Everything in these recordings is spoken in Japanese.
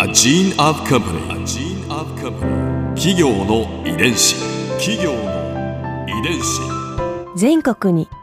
A gene of company.企業の遺伝子。 全国に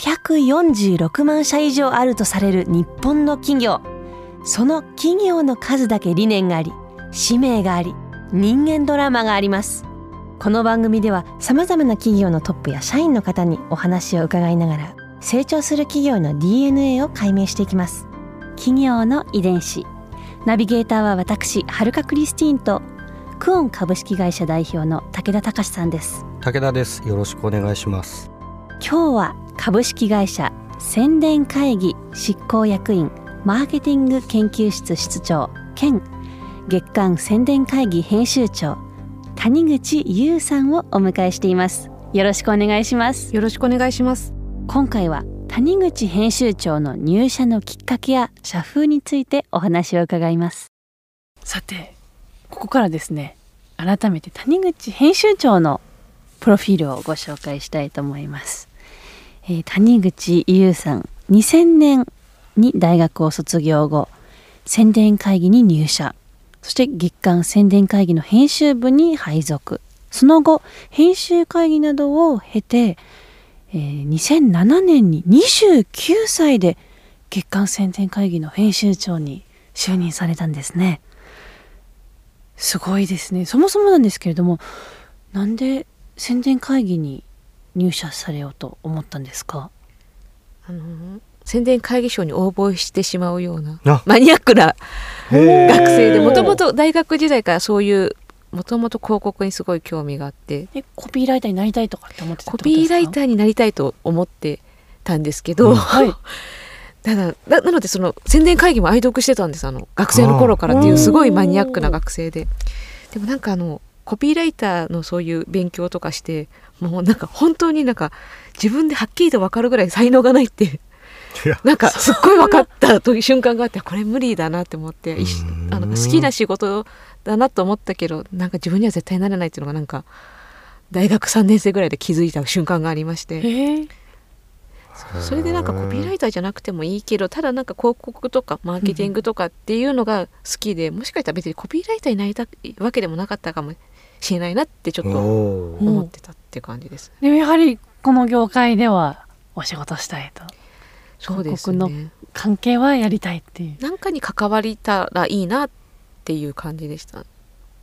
546万社以上あるとされる日本の企業。その企業の数だけ理念があり、使命があり、人間ドラマがあります。この番組では様々な企業のトップや社員の方にお話を伺いながら、成長する企業の DNA を解明していきます。企業の遺伝子。ナビゲーターは私、はるかクリスティーンとクオン株式会社代表の武田隆さんです。 武田です。よろしくお願いします。 今日は株式会社宣伝会議執行役員マーケティング研究室室長兼月刊宣伝会議編集長谷口優さんをお迎えしています。よろしくお願いします。 よろしくお願いします。 今回は谷口編集長の入社のきっかけや社風についてお話を伺います。さて、ここからですね、改めて谷口編集長のプロフィールをご紹介したいと思います。谷口優さん、2000年に大学を卒業後、宣伝会議に入社、そして月刊宣伝会議の編集部に配属、その後編集会議などを経て、2007年に29歳で月刊宣伝会議の編集長に就任されたんですね。すごいですね。そもそもなんですけれども、なんで宣伝会議に入社されようと思ったんですか？ 宣伝会議賞に応募してしまうようなマニアックな学生で、もともと大学時代からそういうもともと広告にすごい興味があって、 コピーライターになりたいとかって思ってたってコことですか？ ピーライターになりたいと思ってたんですけど、 はい、 なのでその宣伝会議も愛読してたんです。学生の頃からっていうすごいマニアックな学生で、でもなんかコピーライターのそういう勉強とかして、もうなんか本当になんか自分ではっきりと分かるぐらい才能がないってなんかすっごい分かったという瞬間があって、これ無理だなって思って、好きな仕事だなと思ったけど、なんか自分には絶対なれないっていうのがなんか大学3年生ぐらいで気づいた瞬間がありまして、それでなんかコピーライターじゃなくてもいいけど、ただなんか広告とかマーケティングとかっていうのが好きで、もしかしたら別にコピーライターになりたいわけでもなかったかもしれないなってちょっと思ってたっていう感じです。 でもやはりこの業界ではお仕事したいと。 そうですね。 広告の関係はやりたいっていう。 なんかに関わりたらいいなっていう感じでした。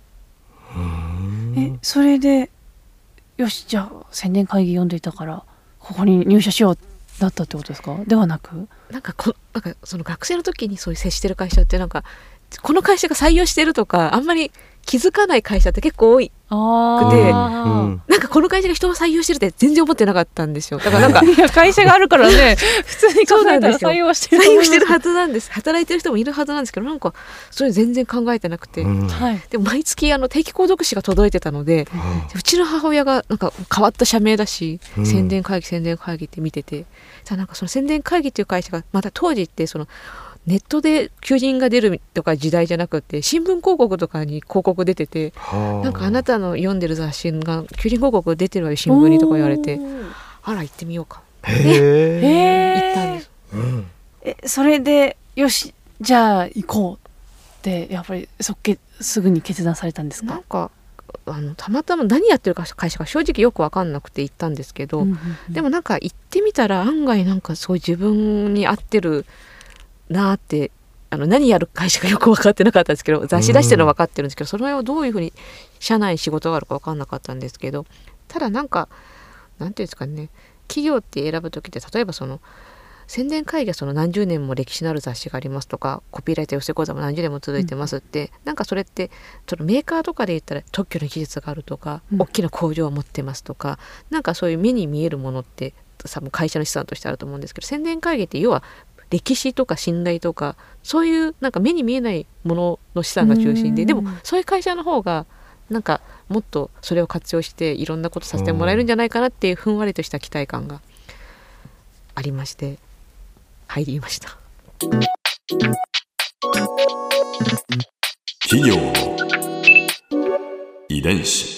それでよし、じゃあ宣伝会議読んでいたからここに入社しようだったってことですか？ではなく、 なんかその学生の時にそういう接してる会社って、なんかこの会社が採用してるとかあんまり気づかない会社って結構多くて、なんかこの会社が人を採用してるって全然思ってなかったんですよ。だからなんかいや会社があるからね普通に考えたら採用してるはずなんです。働いてる人もいるはずなんですけど、なんかそれ全然考えてなくて、でも毎月定期購読誌が届いてたので、うちの母親がなんか変わった社名だし、宣伝会議って見てて、なんかその宣伝会議っていう会社がまた当時ってそのネットで求人が出るとか時代じゃなくて、新聞広告とかに広告出てて、なんかあなたの読んでる雑誌が求人広告出てるわよ新聞にとか言われて、あら行ってみようか行ったんです。 それでよしじゃあ行こうってやっぱりすぐに決断されたんですか？ なんかたまたま何やってる会社が正直よく分かんなくて行ったんですけど、でもなんか行ってみたら案外なんかそういう自分に合ってるなって、何やる会社がよく分かってなかったんですけど、雑誌出してるのは分かってるんですけど、それをどういうふうに社内に仕事があるか分かんなかったんですけど、ただなんかなんていうんですかね、企業って選ぶ時って、例えばその宣伝会議はその何十年も歴史のある雑誌がありますとか、コピーライター養成講座も何十年も続いてますって、なんかそれってそのメーカーとかで言ったら特許の技術があるとか、大きな工場を持ってますとか、なんかそういう目に見えるものって多分会社の資産としてあると思うんですけど、宣伝会議って要は歴史とか信頼とか、そういうなんか目に見えないものの資産が中心で、でもそういう会社の方がなんかもっとそれを活用していろんなことさせてもらえるんじゃないかなっていうふんわりとした期待感がありまして入りました。 企業の遺伝子。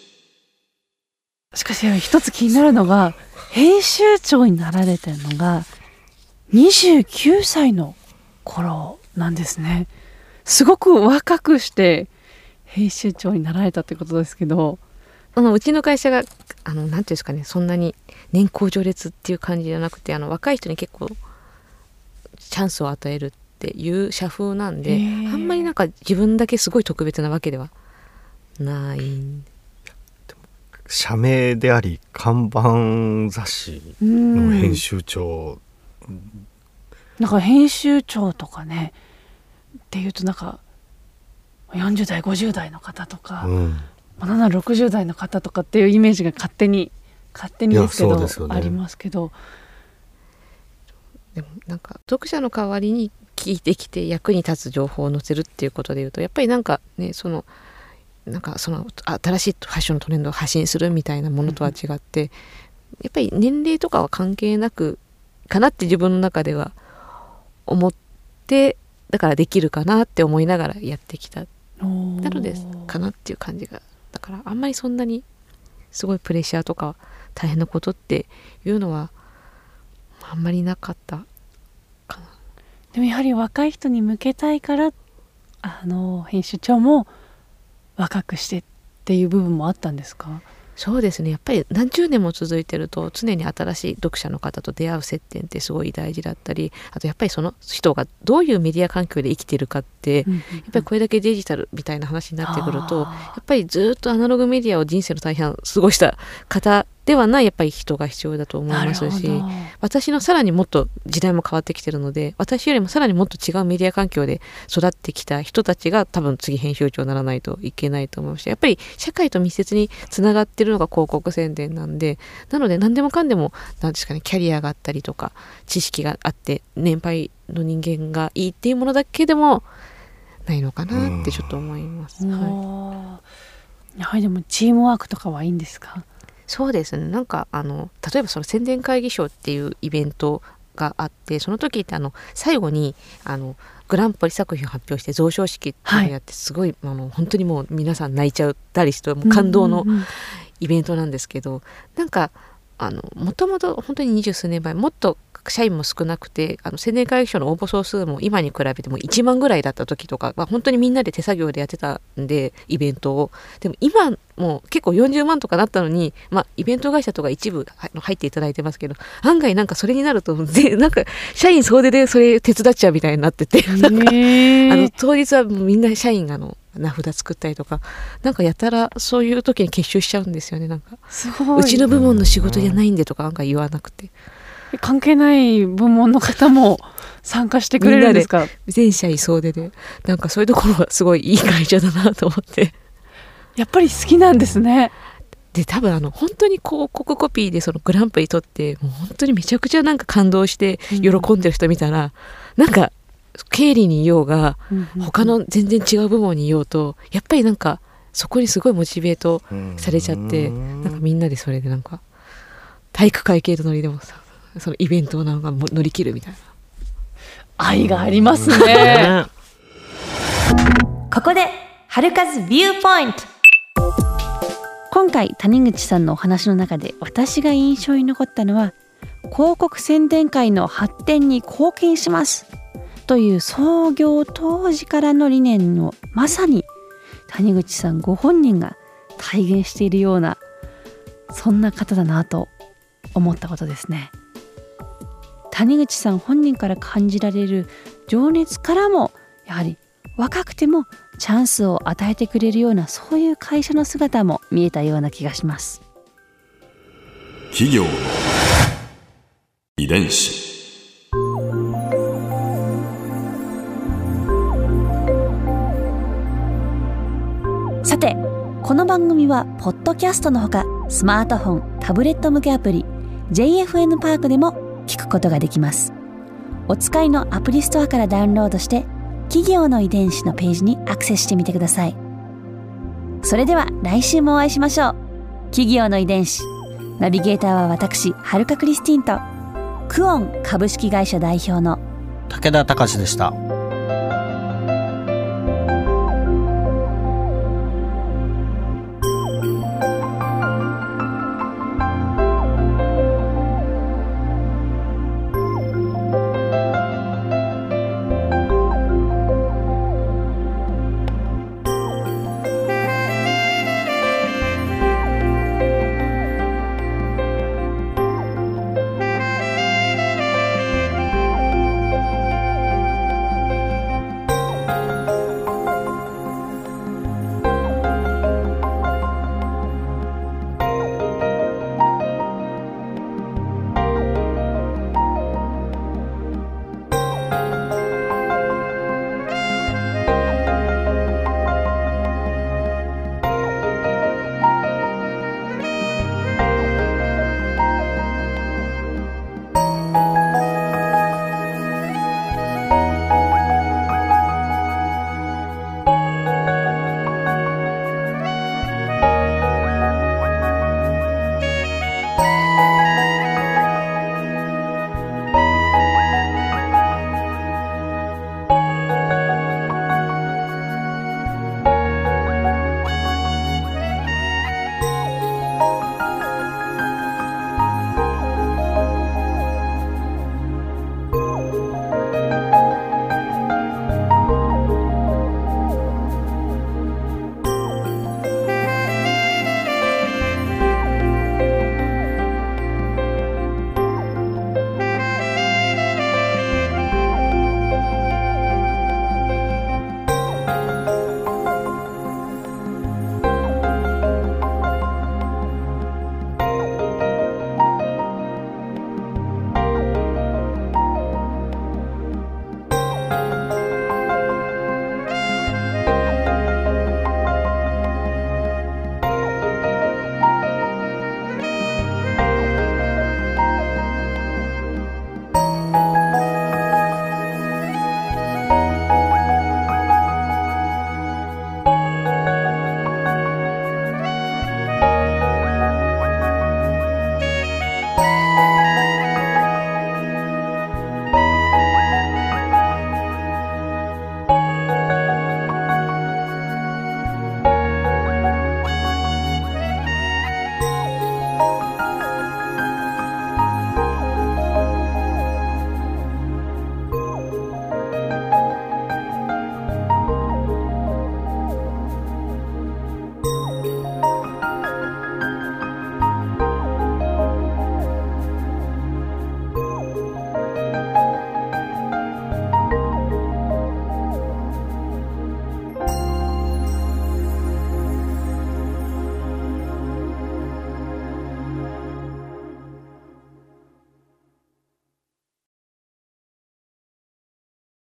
しかし一つ気になるのが、編集長になられたのが29歳の頃なんですね。 すごく若くして編集長になられたってことですけど、 うちの会社がなんていうんですかね、そんなに年功序列っていう感じじゃなくて、若い人に結構チャンスを与えるっていう社風なんで、あんまりなんか自分だけすごい特別なわけではない。 社名であり看板雑誌の編集長、 なんか編集長とかねっていうとなんか40代50代の方とか、なんなら60代の方とかっていうイメージが勝手にですけど、ね、ありますけど、 でもなんか読者の代わりに聞いてきて役に立つ情報を載せるっていうことでいうと、やっぱりなんかね、なんかその新しいファッションのトレンドを発信するみたいなものとは違って、やっぱり年齢とかは関係なくかなって自分の中では思って、だからできるかなって思いながらやってきたなのでかなっていう感じが、だからあんまりそんなにすごいプレッシャーとか大変なことっていうのはあんまりなかったかな。 でもやはり若い人に向けたいから編集長も若くしてっていう部分もあったんですか？ そうですね、やっぱり何十年も続いてると常に新しい読者の方と出会う接点ってすごい大事だったり、あとやっぱりその人がどういうメディア環境で生きてるかって、やっぱりこれだけデジタルみたいな話になってくると、やっぱりずっとアナログメディアを人生の大半過ごした方ではないやっぱり人が必要だと思いますし、私のさらにもっと時代も変わってきてるので、私よりもさらにもっと違うメディア環境で育ってきた人たちが多分次編集長にならないといけないと思うし、やっぱり社会と密接につながってるのが広告宣伝なんで、なので何でもかんでも何ですかね、キャリアがあったりとか知識があって年配の人間がいいっていうものだけでもないのかなってちょっと思います。 やはりでもチームワークとかはいいんですか？ そうですね、なんか例えばその宣伝会議賞っていうイベントがあって、その時って最後にグランプリ作品を発表して贈賞式っていうのをやって、すごい本当にもう皆さん泣いちゃったりしてもう感動のイベントなんですけど、なんかもともと本当に20数年前もっと社員も少なくて宣伝会議所の応募総数も今に比べても1万ぐらいだった時とか、本当にみんなで手作業でやってたんでイベントを。でも今もう結構40万とかなったのに、イベント会社とか一部入っていただいてますけど、案外なんかそれになるとなんか社員総出でそれ手伝っちゃうみたいになってて、なんか当日はみんな社員が名札作ったりとか、なんかやたらそういう時に結集しちゃうんですよね。なんかうちの部門の仕事じゃないんでとかなんか言わなくて、 関係ない部門の方も参加してくれるんですか？ 全社員総出で、なんかそういうところがすごいいい会社だなと思ってやっぱり好きなんですね。 で多分本当に広告コピーでそのグランプリ取ってもう本当にめちゃくちゃなんか感動して喜んでる人見たら、なんか経理にいようが他の全然違う部門にいようと、やっぱりなんかそこにすごいモチベートされちゃって、なんかみんなでそれでなんか体育会系のノリでもさ、そのイベントをなんか乗り切るみたいな愛がありますね。 ここで春風ビューポイント。 今回谷口さんのお話の中で私が印象に残ったのは、広告宣伝界の発展に貢献しますという創業当時からの理念をまさに谷口さんご本人が体現しているような、そんな方だなと思ったことですね。谷口さん本人から感じられる情熱からも、やはり若くてもチャンスを与えてくれるような、そういう会社の姿も見えたような気がします。 企業の遺伝子。 さて、この番組はポッドキャストのほかスマートフォン、タブレット向けアプリ JFN パークでも聞くことができます。お使いのアプリストアからダウンロードして企業の遺伝子のページにアクセスしてみてください。それでは来週もお会いしましょう。企業の遺伝子、ナビゲーターは私はるかクリスティンとクオン株式会社代表の武田隆でした。 日